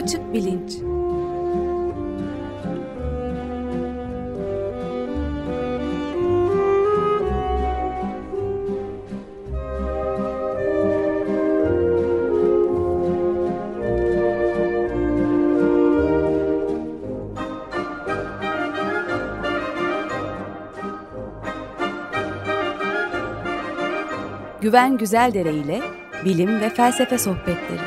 Açık bilinç. Güven Güzeldere ile bilim ve felsefe sohbetleri.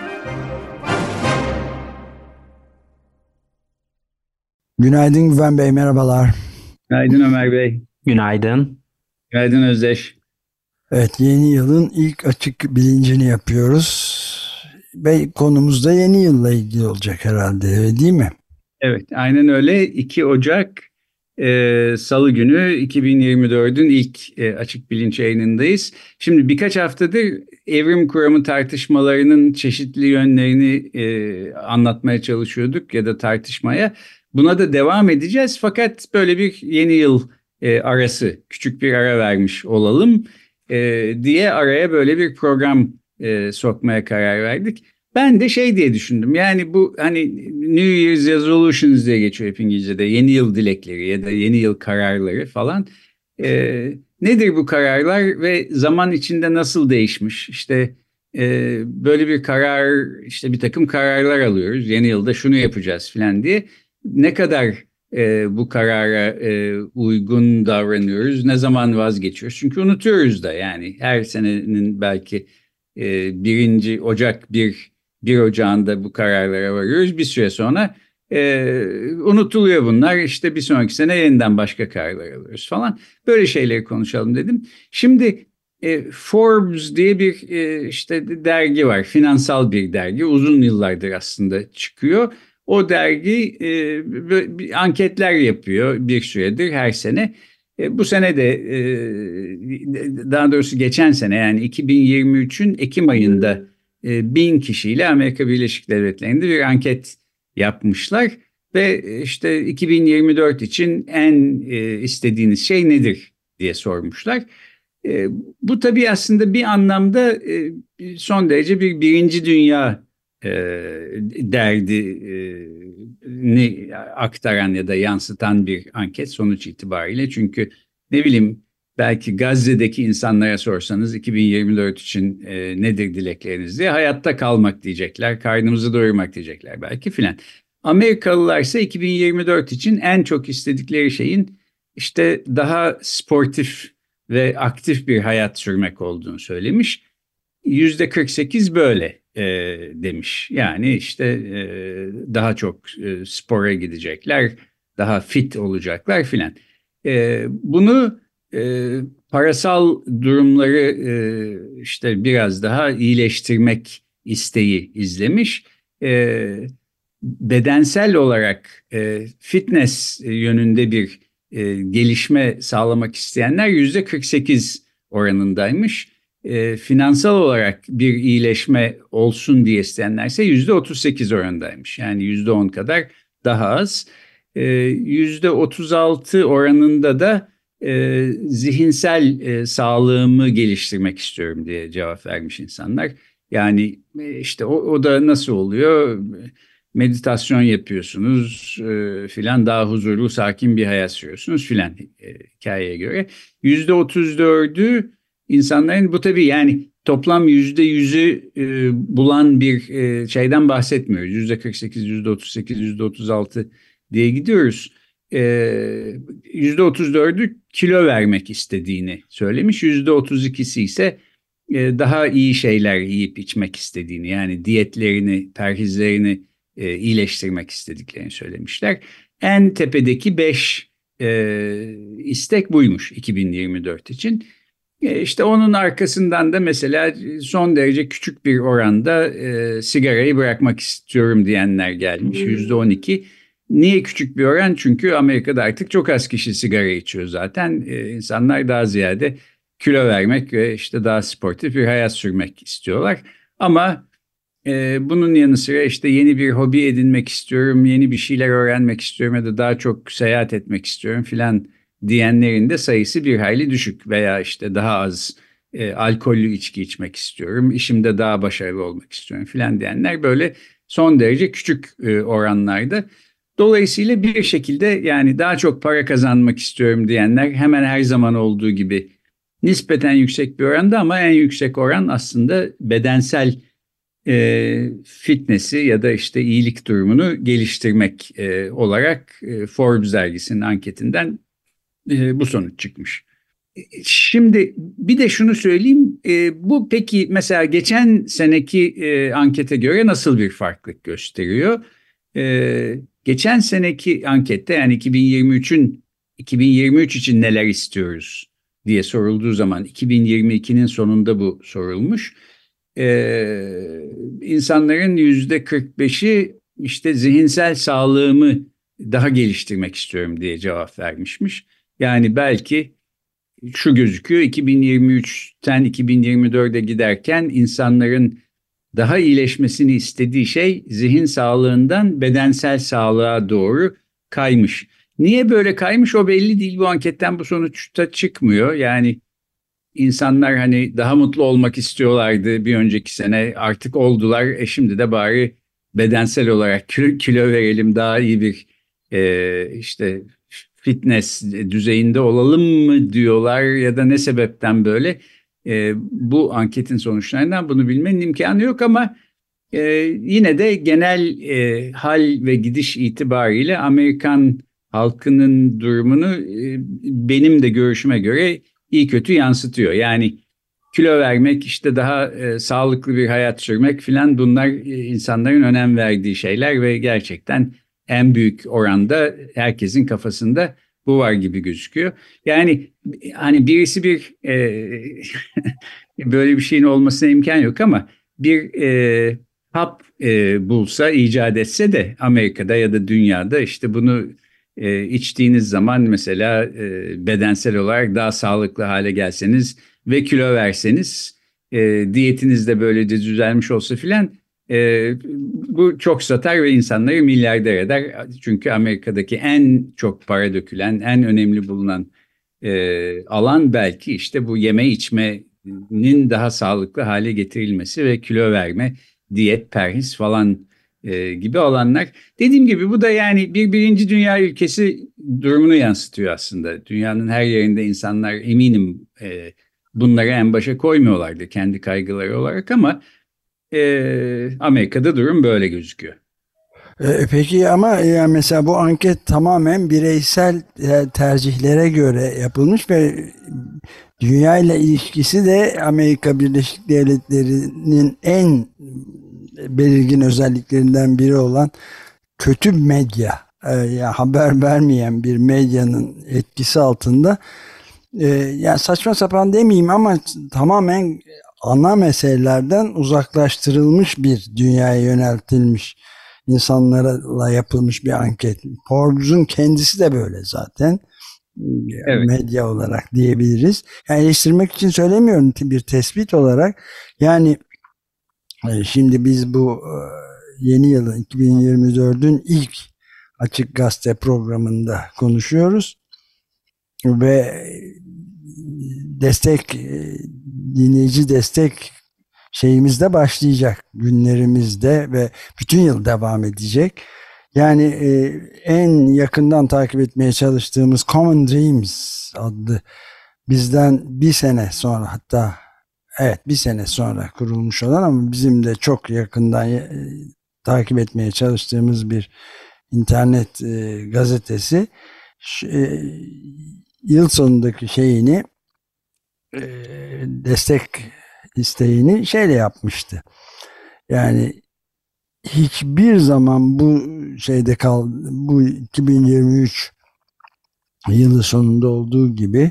Günaydın Güven Bey, merhabalar. Günaydın Ömer Bey. Günaydın. Günaydın Özdeş. Evet, yeni yılın ilk açık bilincini yapıyoruz. Ve konumuz da yeni yılla ilgili olacak herhalde, değil mi? Evet, aynen öyle. 2 Ocak Salı günü 2024'ün ilk açık bilinç yayınındayız. Şimdi birkaç haftadır evrim kuramı tartışmalarının çeşitli yönlerini anlatmaya çalışıyorduk ya da tartışmaya. Buna da devam edeceğiz fakat böyle bir yeni yıl arası, küçük bir ara vermiş olalım diye araya böyle bir program sokmaya karar verdik. Ben de şey diye düşündüm, yani bu hani New Year's Resolutions diye geçiyor hep İngilizce'de, yeni yıl dilekleri ya da yeni yıl kararları falan. Nedir bu kararlar ve zaman içinde nasıl değişmiş? İşte böyle bir karar, işte bir takım kararlar alıyoruz, yeni yılda şunu yapacağız falan diye. Ne kadar bu karara uygun davranıyoruz, ne zaman vazgeçiyoruz? Çünkü unutuyoruz da, yani her senenin belki 1. Ocak 1 Ocağı'nda bu kararlara varıyoruz. Bir süre sonra unutuluyor bunlar. İşte bir sonraki sene yeniden başka kararlar alıyoruz falan. Böyle şeyleri konuşalım dedim. Şimdi Forbes diye bir işte dergi var. Finansal bir dergi. Uzun yıllardır aslında çıkıyor. O dergi anketler yapıyor bir süredir her sene. Bu sene de daha doğrusu geçen sene, yani 2023'ün Ekim ayında 1000 kişiyle Amerika Birleşik Devletleri'nde bir anket yapmışlar ve işte 2024 için en istediğiniz şey nedir diye sormuşlar. Bu tabii aslında bir anlamda son derece bir birinci dünya derdini aktaran ya da yansıtan bir anket sonuç itibariyle. Çünkü ne bileyim, belki Gazze'deki insanlara sorsanız 2024 için nedir dilekleriniz diye, hayatta kalmak diyecekler, karnımızı doyurmak diyecekler belki filan. Amerikalılar ise 2024 için en çok istedikleri şeyin işte daha sportif ve aktif bir hayat sürmek olduğunu söylemiş. %48 böyle demiş. Yani işte daha çok spora gidecekler, daha fit olacaklar filan. Bunu parasal durumları işte biraz daha iyileştirmek isteği izlemiş. Bedensel olarak fitness yönünde bir gelişme sağlamak isteyenler %48 oranındaymış. Finansal olarak bir iyileşme olsun diye isteyenlerse %38 oranındaymış. Yani %10 kadar daha az. %36 oranında da zihinsel sağlığımı geliştirmek istiyorum diye cevap vermiş insanlar. Yani işte o da nasıl oluyor? Meditasyon yapıyorsunuz filan, daha huzurlu, sakin bir hayat sürüyorsunuz filan hikayeye göre. %34'ü insanların, bu tabii yani toplam %100'ü bulan bir şeyden bahsetmiyoruz. %48, %38, %36 diye gidiyoruz. %34'ü kilo vermek istediğini söylemiş. %32'si ise daha iyi şeyler yiyip içmek istediğini, yani diyetlerini, perhizlerini iyileştirmek istediklerini söylemişler. En tepedeki 5 istek buymuş 2024 için. İşte onun arkasından da mesela son derece küçük bir oranda sigarayı bırakmak istiyorum diyenler gelmiş, %12. Niye küçük bir oran? Çünkü Amerika'da artık çok az kişi sigara içiyor zaten. İnsanlar daha ziyade kilo vermek ve işte daha sportif bir hayat sürmek istiyorlar. Ama bunun yanı sıra işte yeni bir hobi edinmek istiyorum, yeni bir şeyler öğrenmek istiyorum ya da daha çok seyahat etmek istiyorum filan diyenlerin de sayısı bir hayli düşük. Veya işte daha az alkollü içki içmek istiyorum, işimde daha başarılı olmak istiyorum filan diyenler böyle son derece küçük oranlarda. Dolayısıyla bir şekilde yani daha çok para kazanmak istiyorum diyenler hemen her zaman olduğu gibi nispeten yüksek bir oranda, ama en yüksek oran aslında bedensel fitness'i ya da işte iyilik durumunu geliştirmek olarak Forbes dergisinin anketinden bu sonuç çıkmış. Şimdi bir de şunu söyleyeyim, bu peki mesela geçen seneki ankete göre nasıl bir farklılık gösteriyor? Geçen seneki ankette, yani 2023 için neler istiyoruz diye sorulduğu zaman 2022'nin sonunda bu sorulmuş. İnsanların %45'i işte zihinsel sağlığımı daha geliştirmek istiyorum diye cevap vermişmiş. Yani belki şu gözüküyor, 2023'ten 2024'e giderken insanların daha iyileşmesini istediği şey zihin sağlığından bedensel sağlığa doğru kaymış. Niye böyle kaymış o belli değil, bu anketten bu sonuçta çıkmıyor. Yani insanlar hani daha mutlu olmak istiyorlardı bir önceki sene, artık oldular. Şimdi de bari bedensel olarak kilo verelim, daha iyi bir işte fitness düzeyinde olalım mı diyorlar, ya da ne sebepten böyle. Bu anketin sonuçlarından bunu bilmenin imkanı yok, ama yine de genel hal ve gidiş itibariyle Amerikan halkının durumunu benim de görüşüme göre iyi kötü yansıtıyor. Yani kilo vermek, işte daha sağlıklı bir hayat sürmek filan, bunlar insanların önem verdiği şeyler ve gerçekten en büyük oranda herkesin kafasında bu var gibi gözüküyor. Yani hani birisi bir böyle bir şeyin olmasına imkan yok, ama bir hap bulsa, icat etse de Amerika'da ya da dünyada, işte bunu içtiğiniz zaman mesela bedensel olarak daha sağlıklı hale gelseniz ve kilo verseniz, diyetiniz de böylece düzelmiş olsa filan, bu çok satar ve insanları milyarder eder. Çünkü Amerika'daki en çok para dökülen, en önemli bulunan alan belki işte bu yeme içmenin daha sağlıklı hale getirilmesi ve kilo verme, diyet, perhis falan gibi alanlar. Dediğim gibi bu da yani bir birinci dünya ülkesi durumunu yansıtıyor aslında. Dünyanın her yerinde insanlar, eminim, bunları en başa koymuyorlardı kendi kaygıları olarak, ama Amerika'da durum böyle gözüküyor. Peki ama yani mesela bu anket tamamen bireysel tercihlere göre yapılmış ve dünya ile ilişkisi de Amerika Birleşik Devletleri'nin en belirgin özelliklerinden biri olan kötü medya, yani haber vermeyen bir medyanın etkisi altında. Yani saçma sapan demeyeyim ama tamamen ana meselelerden uzaklaştırılmış bir dünyaya yöneltilmiş, insanlarla yapılmış bir anket. Forbes'un kendisi de böyle zaten. Evet. Medya olarak diyebiliriz. Yani eleştirmek için söylemiyorum, bir tespit olarak. Yani şimdi biz bu yeni yılın 2024'ün ilk Açık Gazete programında konuşuyoruz ve dinleyici destek şeyimizde başlayacak, günlerimizde ve bütün yıl devam edecek. Yani en yakından takip etmeye çalıştığımız Common Dreams adlı, bizden bir sene sonra, hatta evet bir sene sonra kurulmuş olan ama bizim de çok yakından takip etmeye çalıştığımız bir internet gazetesi yıl sonundaki şeyini, destek isteğini şeyle yapmıştı. Yani hiçbir zaman bu bu 2023 yılı sonunda olduğu gibi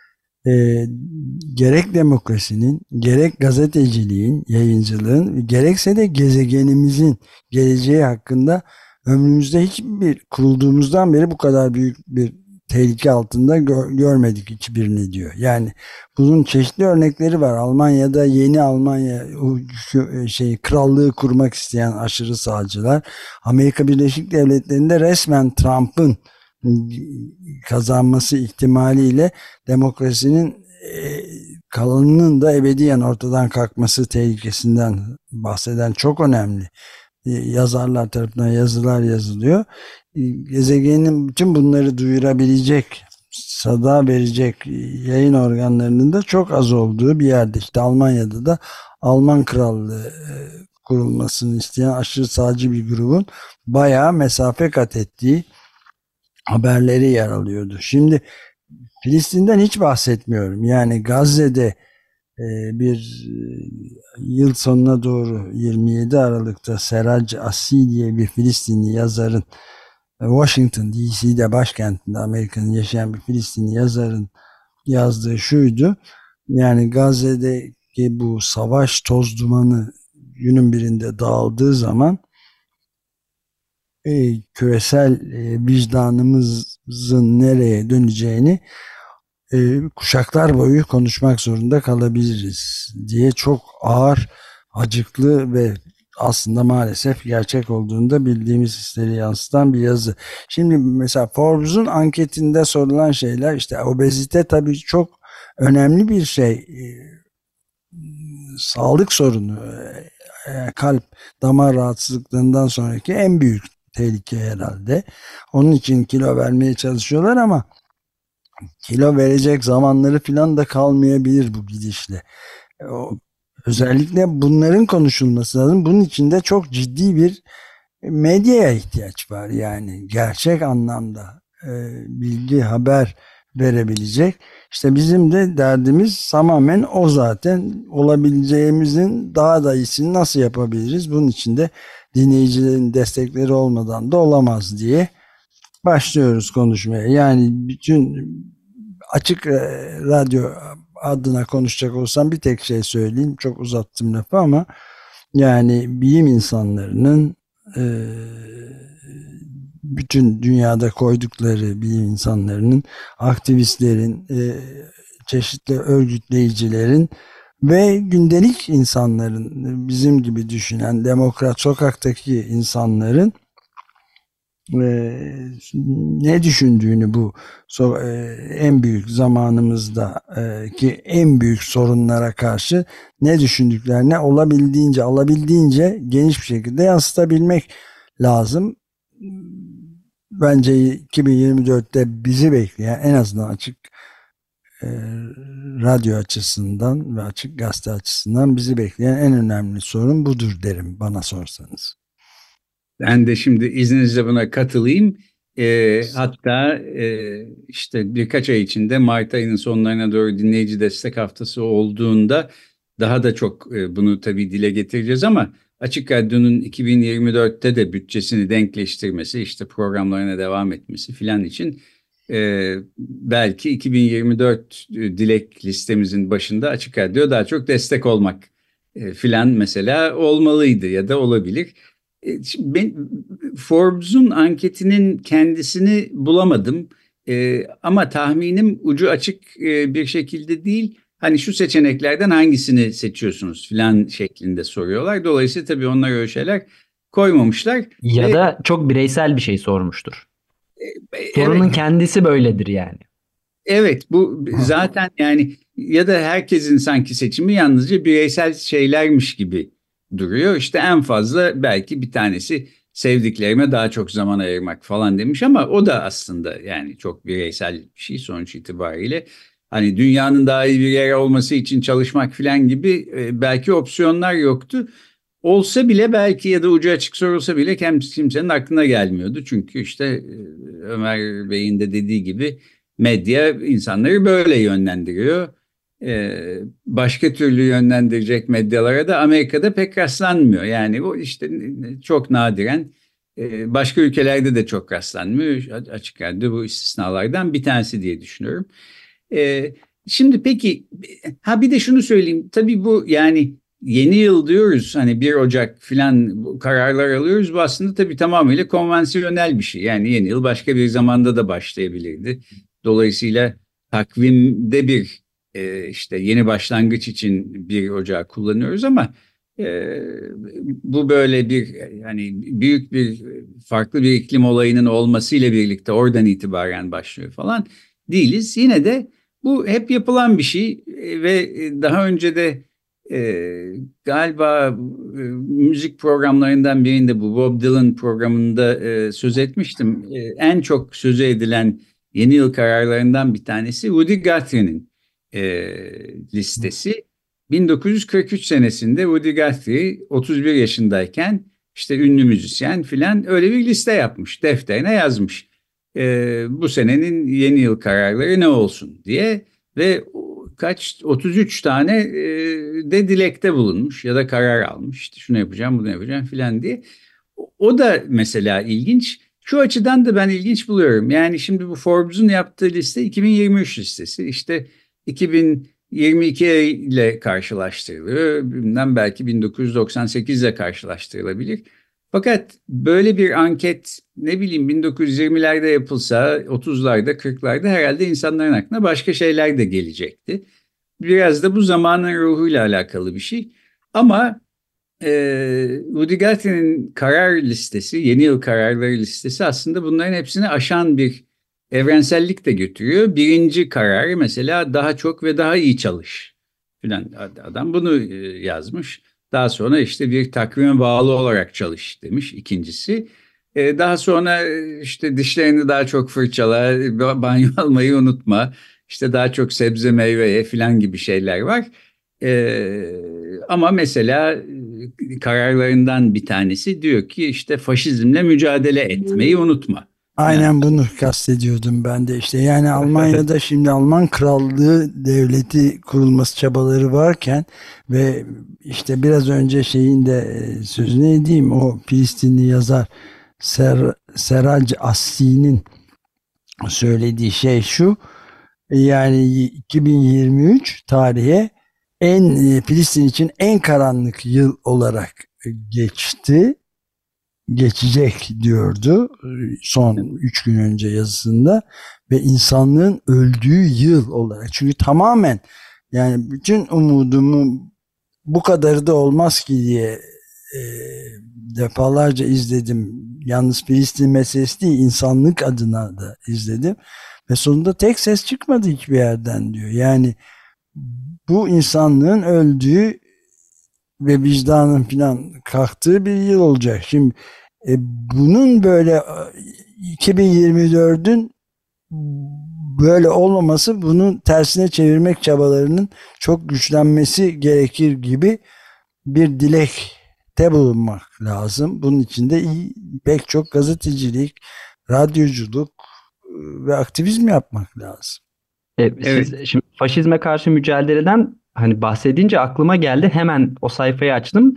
gerek demokrasinin, gerek gazeteciliğin, yayıncılığın, gerekse de gezegenimizin geleceği hakkında ömrümüzde kurulduğumuzdan beri bu kadar büyük bir tehlike altında görmedik hiçbirini diyor. Yani bunun çeşitli örnekleri var. Almanya'da yeni Almanya krallığı kurmak isteyen aşırı sağcılar, Amerika Birleşik Devletleri'nde resmen Trump'ın kazanması ihtimaliyle demokrasinin kalanının da ebediyen ortadan kalkması tehlikesinden bahseden çok önemli yazarlar tarafından yazılar yazılıyor. Gezegenin bütün bunları duyurabilecek, sada verecek yayın organlarının da çok az olduğu bir yerde. İşte Almanya'da da Alman Krallığı kurulmasını isteyen aşırı sağcı bir grubun bayağı mesafe kat ettiği haberleri yer alıyordu. Şimdi Filistin'den hiç bahsetmiyorum. Yani Gazze'de bir yıl sonuna doğru 27 Aralık'ta Seraj Asi diye bir Filistinli yazarın Washington DC'de, başkentinde, Amerika'nın yaşayan bir Filistinli yazarın yazdığı şuydu. Yani Gazze'deki bu savaş toz dumanı günün birinde dağıldığı zaman küresel vicdanımızın nereye döneceğini kuşaklar boyu konuşmak zorunda kalabiliriz diye çok ağır, acıklı ve aslında maalesef gerçek olduğunu da bildiğimiz hisleri yansıtan bir yazı. Şimdi mesela Forbes'un anketinde sorulan şeyler, işte obezite tabii çok önemli bir şey. Sağlık sorunu, kalp damar rahatsızlıklarından sonraki en büyük tehlike herhalde. Onun için kilo vermeye çalışıyorlar ama kilo verecek zamanları falan da kalmayabilir bu gidişle. Özellikle bunların konuşulması lazım. Bunun için de çok ciddi bir medyaya ihtiyaç var. Yani gerçek anlamda bilgi, haber verebilecek. İşte bizim de derdimiz tamamen o zaten. Olabileceğimizin daha da iyisini nasıl yapabiliriz? Bunun için de dinleyicilerin destekleri olmadan da olamaz diye başlıyoruz konuşmaya. Yani bütün açık radyo adına konuşacak olsam bir tek şey söyleyeyim. Çok uzattım lafı ama yani bilim insanlarının bütün dünyada koydukları bilim insanlarının, aktivistlerin, çeşitli örgütleyicilerin ve gündelik insanların, bizim gibi düşünen demokrat sokaktaki insanların ne düşündüğünü bu en büyük zamanımızda ki en büyük sorunlara karşı ne düşündüklerini alabildiğince geniş bir şekilde yansıtabilmek lazım. Bence 2024'te bizi bekleyen, en azından açık radyo açısından ve açık gazete açısından bizi bekleyen en önemli sorun budur derim, bana sorsanız. Ben de şimdi izninizle buna katılayım. Hatta işte birkaç ay içinde, Mart ayının sonlarına doğru dinleyici destek haftası olduğunda daha da çok bunu tabii dile getireceğiz ama Açık Radyo'nun 2024'te de bütçesini denkleştirmesi, işte programlarına devam etmesi filan için belki 2024 dilek listemizin başında Açık Radyo daha çok destek olmak filan mesela olmalıydı ya da olabilir. Forbes'un anketinin kendisini bulamadım ama tahminim ucu açık bir şekilde değil. Hani şu seçeneklerden hangisini seçiyorsunuz filan şeklinde soruyorlar. Dolayısıyla tabii onlar öyle şeyler koymamışlar. Ya da çok bireysel bir şey sormuştur. Sorunun Evet, kendisi böyledir yani. evet, bu zaten yani, ya da herkesin sanki seçimi yalnızca bireysel şeylermiş gibi duruyor. İşte en fazla belki bir tanesi sevdiklerime daha çok zaman ayırmak falan demiş ama o da aslında yani çok bireysel bir şey sonuç itibariyle. Hani dünyanın daha iyi bir yer olması için çalışmak falan gibi belki opsiyonlar yoktu. Olsa bile belki, ya da ucu açık sorulsa bile kimsenin aklına gelmiyordu. Çünkü işte Ömer Bey'in de dediği gibi medya insanları böyle yönlendiriyor. Başka türlü yönlendirecek medyalara da Amerika'da pek rastlanmıyor. Yani o işte çok nadiren, başka ülkelerde de çok rastlanmıyor. Açık radyo bu istisnalardan bir tanesi diye düşünüyorum. Şimdi peki, bir de şunu söyleyeyim. Tabii bu yani yeni yıl diyoruz, hani 1 Ocak filan kararlar alıyoruz. Bu aslında tabii tamamıyla konvansiyonel bir şey. Yani yeni yıl başka bir zamanda da başlayabilirdi. Dolayısıyla takvimde bir işte yeni başlangıç için 1 Ocak kullanıyoruz ama bu böyle bir, yani büyük bir farklı bir iklim olayının olmasıyla birlikte oradan itibaren başlıyor falan değiliz. Yine de bu hep yapılan bir şey ve daha önce de Galiba müzik programlarından birinde, bu Bob Dylan programında söz etmiştim. En çok sözü edilen yeni yıl kararlarından bir tanesi Woody Guthrie'nin listesi. 1943 senesinde Woody Guthrie 31 yaşındayken, işte ünlü müzisyen filan, öyle bir liste yapmış, defterine yazmış. Bu senenin yeni yıl kararları ne olsun diye ve 33 tane de dilekte bulunmuş ya da karar almış. İşte şunu yapacağım, bunu yapacağım filan diye. O da mesela ilginç. Şu açıdan da ben ilginç buluyorum. Yani şimdi bu Forbes'un yaptığı liste 2023 listesi. İşte 2022 ile karşılaştırılıyor. Bilmem, belki 1998 ile karşılaştırılabilir. Fakat böyle bir anket, ne bileyim, 1920'lerde yapılsa, 30'larda, 40'larda herhalde insanların aklına başka şeyler de gelecekti. Biraz da bu zamanın ruhuyla alakalı bir şey. Ama Woody Guthrie'nin karar listesi, yeni yıl kararları listesi aslında bunların hepsini aşan bir evrensellik de götürüyor. Birinci kararı mesela daha çok ve daha iyi çalış filan, adam bunu yazmış. Daha sonra işte bir takvime bağlı olarak çalış demiş ikincisi. Daha sonra işte dişlerini daha çok fırçala, banyo almayı unutma, işte daha çok sebze meyve ye filan gibi şeyler var. Ama mesela kararlarından bir tanesi diyor ki işte faşizmle mücadele etmeyi unutma. Aynen bunu kastediyordum ben de işte. Yani Almanya'da şimdi Alman Krallığı Devleti kurulması çabaları varken ve işte biraz önce şeyin de sözünü edeyim, o Filistinli yazar Seraj Assi'nin söylediği şey şu: yani 2023 tarihe Filistin için en karanlık yıl olarak geçecek diyordu son 3 gün önce yazısında ve insanlığın öldüğü yıl olarak. Çünkü tamamen, yani bütün umudumu bu kadarı da olmaz ki diye defalarca izledim. Yalnız Filistin meselesi değil, insanlık adına da izledim ve sonunda tek ses çıkmadı hiçbir yerden diyor. Yani bu insanlığın öldüğü ve vicdanın falan kalktığı bir yıl olacak. Şimdi bunun böyle 2024'ün böyle olmaması, bunun tersine çevirmek çabalarının çok güçlenmesi gerekir gibi bir dilekte bulunmak lazım. Bunun için de pek çok gazetecilik, radyoculuk ve aktivizm yapmak lazım. Siz şimdi faşizme karşı mücadeleden hani bahsedince aklıma geldi. Hemen o sayfayı açtım.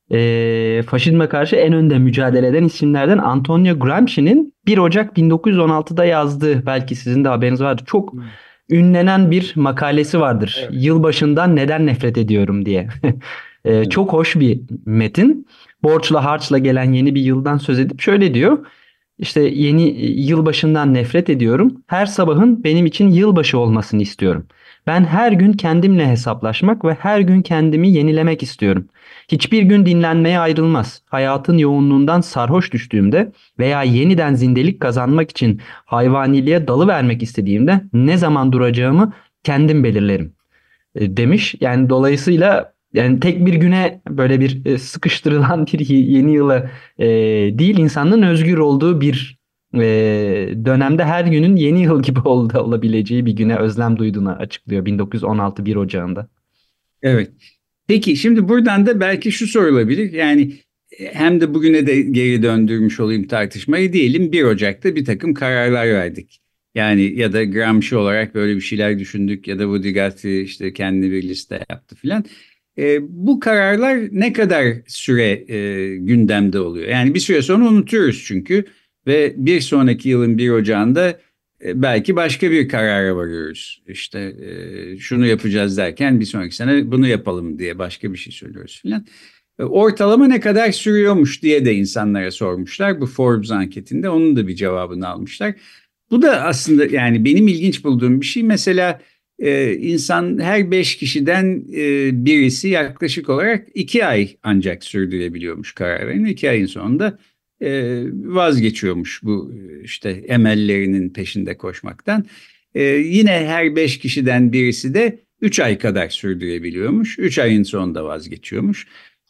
Faşizme karşı en önde mücadele eden isimlerden Antonio Gramsci'nin 1 Ocak 1916'da yazdığı, belki sizin de haberiniz vardır, çok ünlenen bir makalesi vardır. Evet. Yılbaşından neden nefret ediyorum diye. Çok hoş bir metin. Borçla harçla gelen yeni bir yıldan söz edip şöyle diyor. İşte yeni yılbaşından nefret ediyorum. Her sabahın benim için yılbaşı olmasını istiyorum. Ben her gün kendimle hesaplaşmak ve her gün kendimi yenilemek istiyorum. Hiçbir gün dinlenmeye ayrılmaz. Hayatın yoğunluğundan sarhoş düştüğümde veya yeniden zindelik kazanmak için hayvaniliğe dalıvermek istediğimde ne zaman duracağımı kendim belirlerim demiş. Yani dolayısıyla yani tek bir güne böyle bir sıkıştırılan bir yeni yıla değil, insanlığın özgür olduğu bir dönemde her günün yeni yıl gibi olabileceği bir güne özlem duyduğunu açıklıyor 1916 1 Ocağı'nda. Evet. Peki şimdi buradan da belki şu sorulabilir. Yani hem de bugüne de geri döndürmüş olayım tartışmayı. Diyelim 1 Ocak'ta bir takım kararlar verdik. Yani ya da Gramsci olarak böyle bir şeyler düşündük ya da Woody Guthrie işte kendi bir liste yaptı filan. Bu kararlar ne kadar süre gündemde oluyor? Yani bir süre sonra unutuyoruz çünkü ve bir sonraki yılın 1 Ocağı'nda belki başka bir karara varıyoruz. İşte şunu yapacağız derken bir sonraki sene bunu yapalım diye başka bir şey söylüyoruz filan. Ortalama ne kadar sürüyormuş diye de insanlara sormuşlar. Bu Forbes anketinde onun da bir cevabını almışlar. Bu da aslında yani benim ilginç bulduğum bir şey. Mesela insan her 5 kişiden birisi yaklaşık olarak 2 ay ancak sürdürebiliyormuş kararlarını. 2 ayın sonunda vazgeçiyormuş bu işte emellerinin peşinde koşmaktan. Yine her 5 kişiden birisi de 3 ay kadar sürdürebiliyormuş. 3 ayın sonunda vazgeçiyormuş.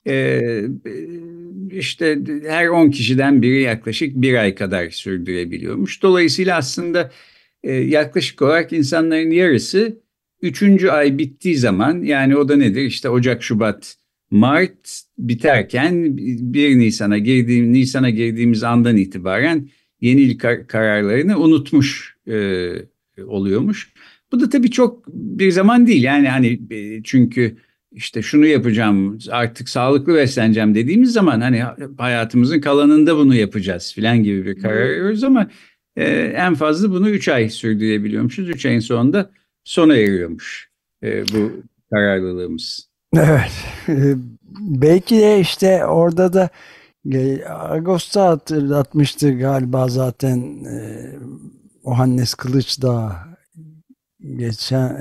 İşte her 10 kişiden biri yaklaşık 1 ay kadar sürdürebiliyormuş. Dolayısıyla aslında yaklaşık olarak insanların yarısı 3. ay bittiği zaman, yani o da nedir? İşte Ocak, Şubat, Mart biterken 1 Nisan'a girdiğimiz andan itibaren yeni yıl kararlarını unutmuş oluyormuş. Bu da tabii çok bir zaman değil. Yani hani çünkü işte şunu yapacağım, artık sağlıklı besleneceğim dediğimiz zaman hani hayatımızın kalanında bunu yapacağız filan gibi bir karar veriyoruz ama en fazla bunu 3 ay sürdürebiliyormuşuz. 3 ayın sonunda sona eriyormuş bu kararlılığımız. Evet. Belki de işte orada da Ağustos'ta hatırlatmıştı galiba zaten Ohannes Kılıçdağ geçen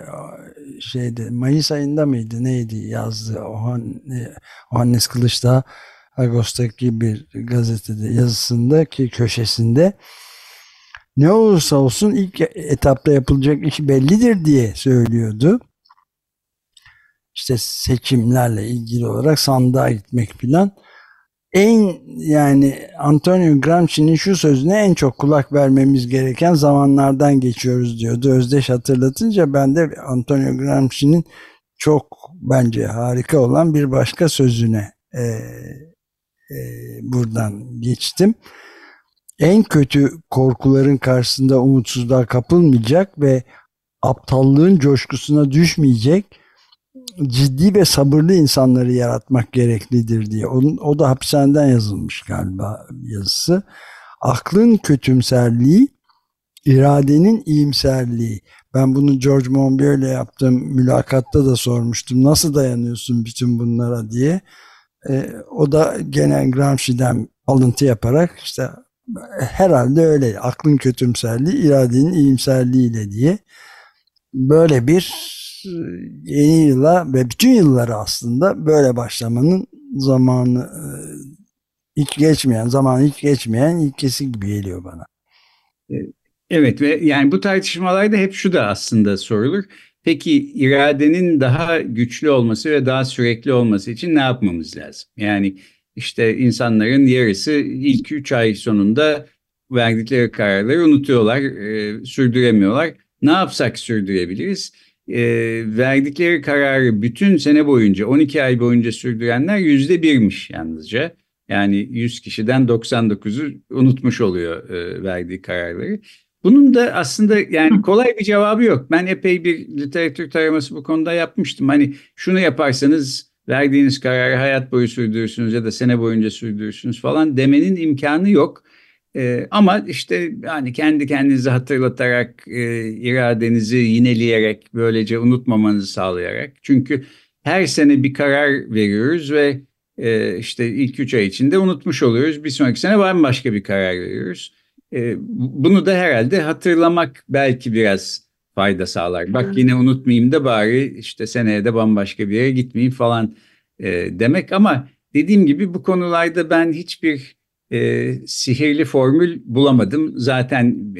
Mayıs ayında mıydı neydi yazdı Ohannes Kılıçdağ Ağustos'taki bir gazetede yazısındaki köşesinde ne olursa olsun ilk etapta yapılacak iş bellidir diye söylüyordu. İşte seçimlerle ilgili olarak sandığa gitmek filan. Yani Antonio Gramsci'nin şu sözüne en çok kulak vermemiz gereken zamanlardan geçiyoruz diyordu. Özdeş hatırlatınca ben de Antonio Gramsci'nin çok bence harika olan bir başka sözüne buradan geçtim. En kötü korkuların karşısında umutsuzluğa kapılmayacak ve aptallığın coşkusuna düşmeyecek ciddi ve sabırlı insanları yaratmak gereklidir diye. O da hapishaneden yazılmış galiba yazısı. Aklın kötümserliği, iradenin iyimserliği. Ben bunu George Monbiot ile yaptığım mülakatta da sormuştum. Nasıl dayanıyorsun bütün bunlara diye. O da gene Gramsci'den alıntı yaparak işte herhalde öyle. Aklın kötümserliği, iradenin iyimserliğiyle diye. Böyle bir yeni yıla ve bütün yılları aslında böyle başlamanın zamanı hiç geçmeyen ilkesi gibi geliyor bana. Evet ve yani bu tartışmalarda hep şu da aslında sorulur. Peki iradenin daha güçlü olması ve daha sürekli olması için ne yapmamız lazım? Yani işte insanların yarısı ilk 3 ay sonunda verdikleri kararları unutuyorlar, sürdüremiyorlar. Ne yapsak sürdürebiliriz? Verdikleri kararı bütün sene boyunca 12 ay boyunca sürdürenler %1'miş yalnızca. Yani 100 kişiden 99'u unutmuş oluyor verdiği kararları. Bunun da aslında yani kolay bir cevabı yok. Ben epey bir literatür taraması bu konuda yapmıştım. Hani şunu yaparsanız verdiğiniz kararı hayat boyu sürdürürsünüz ya da sene boyunca sürdürürsünüz falan demenin imkanı yok. Ama işte hani kendi kendinize hatırlatarak, iradenizi yineleyerek, böylece unutmamanızı sağlayarak. Çünkü her sene bir karar veriyoruz ve işte ilk 3 ay içinde unutmuş oluyoruz. Bir sonraki sene bambaşka bir karar veriyoruz. Bunu da herhalde hatırlamak belki biraz fayda sağlar. Bak yine unutmayayım da bari işte seneye de bambaşka bir yere gitmeyeyim falan demek. Ama dediğim gibi bu konularda ben hiçbir sihirli formül bulamadım. Zaten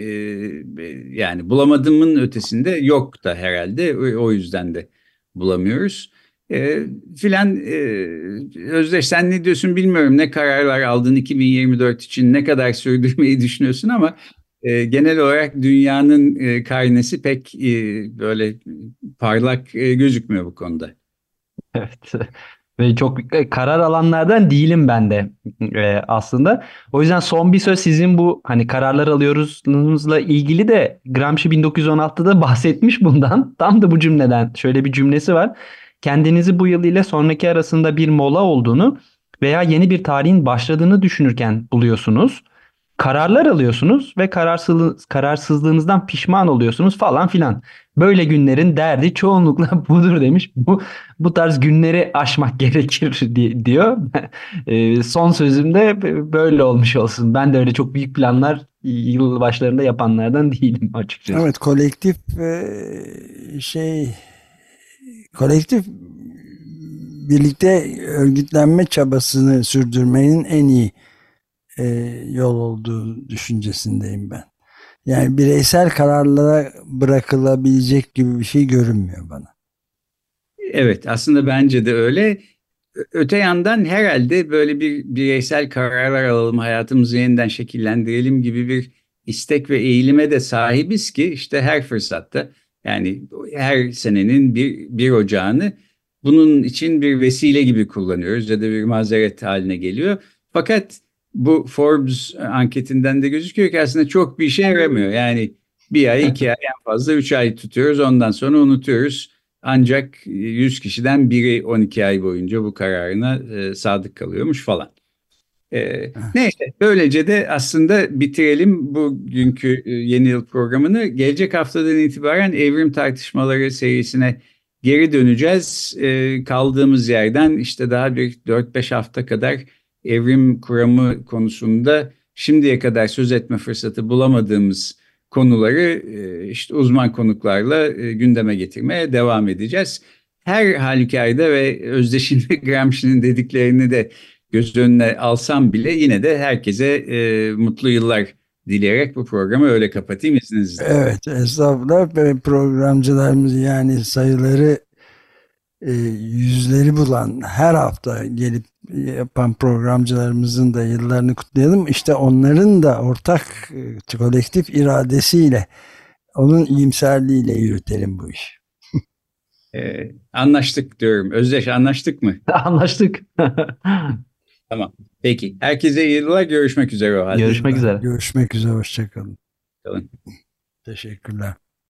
yani bulamadığımın ötesinde yok da herhalde. O yüzden de bulamıyoruz. Filan Özdeş sen ne diyorsun bilmiyorum. Ne kararlar aldın 2024 için, ne kadar sürdürmeyi düşünüyorsun ama genel olarak dünyanın karnesi pek böyle parlak gözükmüyor bu konuda. Evet. Ve çok karar alanlardan değilim ben de aslında. O yüzden son bir söz sizin bu hani kararlar alıyoruzla ilgili de Gramsci 1916'da bahsetmiş bundan. Tam da bu cümleden şöyle bir cümlesi var. Kendinizi bu yıl ile sonraki arasında bir mola olduğunu veya yeni bir tarihin başladığını düşünürken buluyorsunuz. Kararlar alıyorsunuz ve kararsızlığınızdan pişman oluyorsunuz falan filan. Böyle günlerin derdi çoğunlukla budur demiş. Bu tarz günleri aşmak gerekir diyor. Son sözüm de böyle olmuş olsun. Ben de öyle çok büyük planlar yıl başlarında yapanlardan değilim açıkçası. Evet, kolektif birlikte örgütlenme çabasını sürdürmenin en iyi yol olduğu düşüncesindeyim ben. Yani bireysel kararlara bırakılabilecek gibi bir şey görünmüyor bana. Evet, aslında bence de öyle. Öte yandan herhalde böyle bir bireysel kararlar alalım, hayatımızı yeniden şekillendirelim gibi bir istek ve eğilime de sahibiz ki işte her fırsatta, yani her senenin bir ocağını bunun için bir vesile gibi kullanıyoruz ya da bir mazeret haline geliyor. Fakat bu Forbes anketinden de gözüküyor ki aslında çok bir işe yaramıyor. Yani bir ay, 2 ay, en fazla 3 ay tutuyoruz, ondan sonra unutuyoruz. Ancak 100 kişiden biri 12 ay boyunca bu kararına sadık kalıyormuş falan. Neyse, böylece de aslında bitirelim bugünkü yeni yıl programını. Gelecek haftadan itibaren evrim tartışmaları serisine geri döneceğiz. Kaldığımız yerden işte daha bir 4-5 hafta kadar evrim kuramı konusunda şimdiye kadar söz etme fırsatı bulamadığımız konuları işte uzman konuklarla gündeme getirmeye devam edeceğiz. Her halükarda ve Özdeş'in ve Gramsci'nin dediklerini de göz önüne alsam bile yine de herkese mutlu yıllar dileyerek bu programı öyle kapatayım izninizle. Evet, estağfurullah. Ve programcılarımız, yani sayıları yüzleri bulan, her hafta gelip yapan programcılarımızın da yıllarını kutlayalım. İşte onların da ortak kolektif iradesiyle, onun iyimserliğiyle yürütelim bu işi. Anlaştık diyorum. Özdeş, anlaştık mı? Anlaştık. Tamam. Peki. Herkese iyi yıllar. Görüşmek üzere o halde. Görüşmek üzere. Görüşmek üzere. Hoşça kalın. Kalın. Teşekkürler.